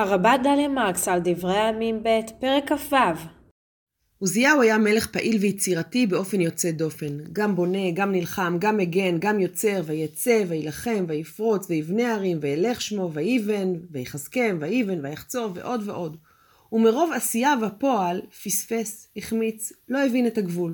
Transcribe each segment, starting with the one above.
הרבה דליה מרקס על דברי הימים ב' פרק כ"ו. עוזיהו היה מלך פעיל ויצירתי באופן יוצא דופן. גם בונה, גם נלחם, גם מגן, גם יוצר, ויצא, וילחם, ויפרוץ, ויבנה ערים, וילך שמו, ויבן, ויחזקם, ויבן, ויחצור, ועוד ועוד. ומרוב עשייה ופועל, פספס, החמיץ, לא הבין את הגבול.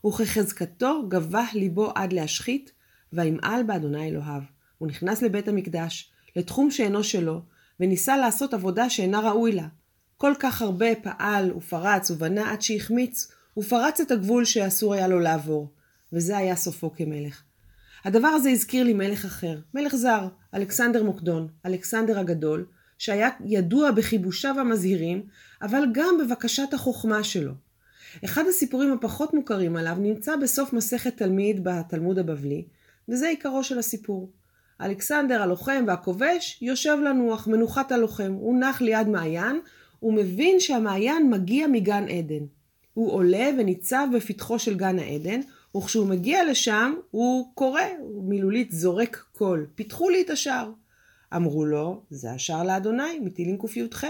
וכחזקתו גבה ליבו עד להשחית, וימעל באדוני אלוהיו. הוא נכנס לבית המקדש, לתחום שאינו שלו, וניסה לעשות עבודה שאינה ראוי לה. כל כך הרבה פעל ופרץ ובנה עד שהחמיץ, ופרץ את הגבול שאסור היה לו לעבור. וזה היה סופו כמלך. הדבר הזה הזכיר לי מלך אחר, מלך זר, אלכסנדר מוקדון, אלכסנדר הגדול, שהיה ידוע בכיבושיו המזהירים, אבל גם בבקשת החוכמה שלו. אחד הסיפורים הפחות מוכרים עליו נמצא בסוף מסכת תלמיד בתלמוד הבבלי, וזה עיקרו של הסיפור. אלכסנדר הלוחם והכובש יושב לנוח, מנוחת הלוחם, הוא נח ליד מעיין, הוא מבין שהמעיין מגיע מגן עדן. הוא עולה וניצב בפתחו של גן העדן, וכשהוא מגיע לשם הוא קורא, מילולית זורק קול, פיתחו לי את השער. אמרו לו, זה השער לאדוני, מתהילים קי"ח.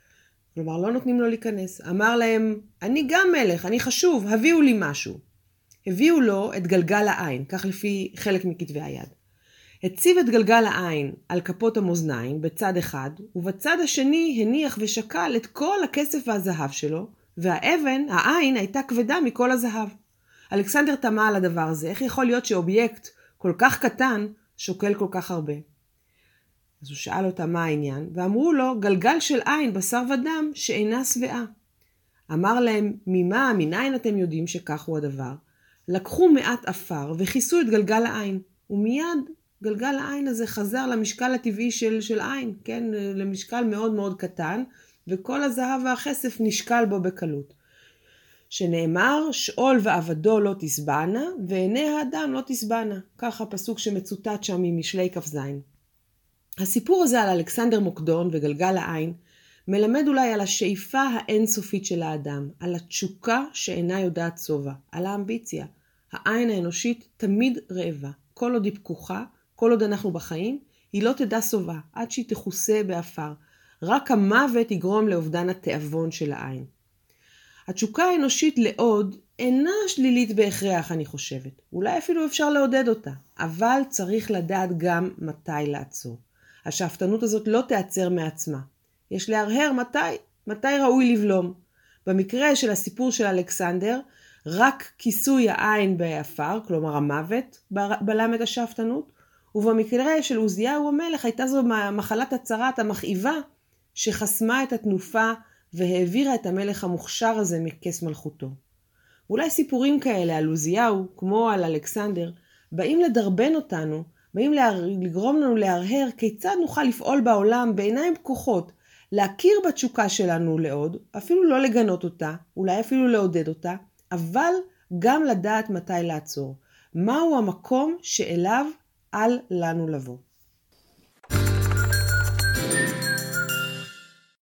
כלומר, לא נותנים לו להיכנס. אמר להם, אני גם מלך, אני חשוב, הביאו לי משהו. הביאו לו את גלגל העין, כך לפי חלק מכתבי היד. הציב את גלגל העין על כפות המאזניים בצד אחד, ובצד השני הניח ושקל את כל הכסף והזהב שלו, והאבן, העין, הייתה כבדה מכל הזהב. אלכסנדר תמה על הדבר הזה, איך יכול להיות שאובייקט כל כך קטן שוקל כל כך הרבה? אז הוא שאל אותה מה העניין, ואמרו לו, גלגל של עין, בשר ודם, שאינה שבעה. אמר להם, מניין אתם יודעים שכך הוא הדבר? לקחו מעט אפר וכיסו את גלגל העין, ומיד גלגל העין הזה חזר למשקל הטבעי של עין, כן? למשקל מאוד מאוד קטן, וכל הזהב והכסף נשקל בו בקלות. שנאמר, שאול ועבדו לא תסבענה, ועיני האדם לא תסבענה. ככה פסוק שמצוטט שם ממשלי כ"ז. הסיפור הזה על אלכסנדר מוקדון וגלגל העין, מלמד אולי על השאיפה האינסופית של האדם, על התשוקה שאינה יודעת שובע, על האמביציה. העין האנושית תמיד רעבה, כל עוד היא פקוחה, כל עוד אנחנו בחיים, היא לא תדע שובע, עד שהיא תכוסה באפר. רק המוות יגרום לאובדן התיאבון של העין. התשוקה האנושית לעוד אינה שלילית בהכרח, אני חושבת. אולי אפילו אפשר לעודד אותה, אבל צריך לדעת גם מתי לעצור. השאפתנות הזאת לא תעצר מעצמה. יש להרהר מתי ראוי לבלום. במקרה של הסיפור של אלכסנדר, רק כיסוי העין באפר, כלומר המוות, בלם את השאפתנות, ובמקרה של עוזיהו המלך הייתה זו מחלת הצרת המכאיבה שחסמה את התנופה והעבירה את המלך המוכשר הזה מכס מלכותו. אולי סיפורים כאלה על עוזיהו, כמו על אלכסנדר, באים לדרבן אותנו, באים לגרום לנו להרהר כיצד נוכל לפעול בעולם בעיניים פקוחות, להכיר בתשוקה שלנו לעוד, אפילו לא לגנות אותה, אולי אפילו לעודד אותה, אבל גם לדעת מתי לעצור. מהו המקום שאליו אל לנו לבוא.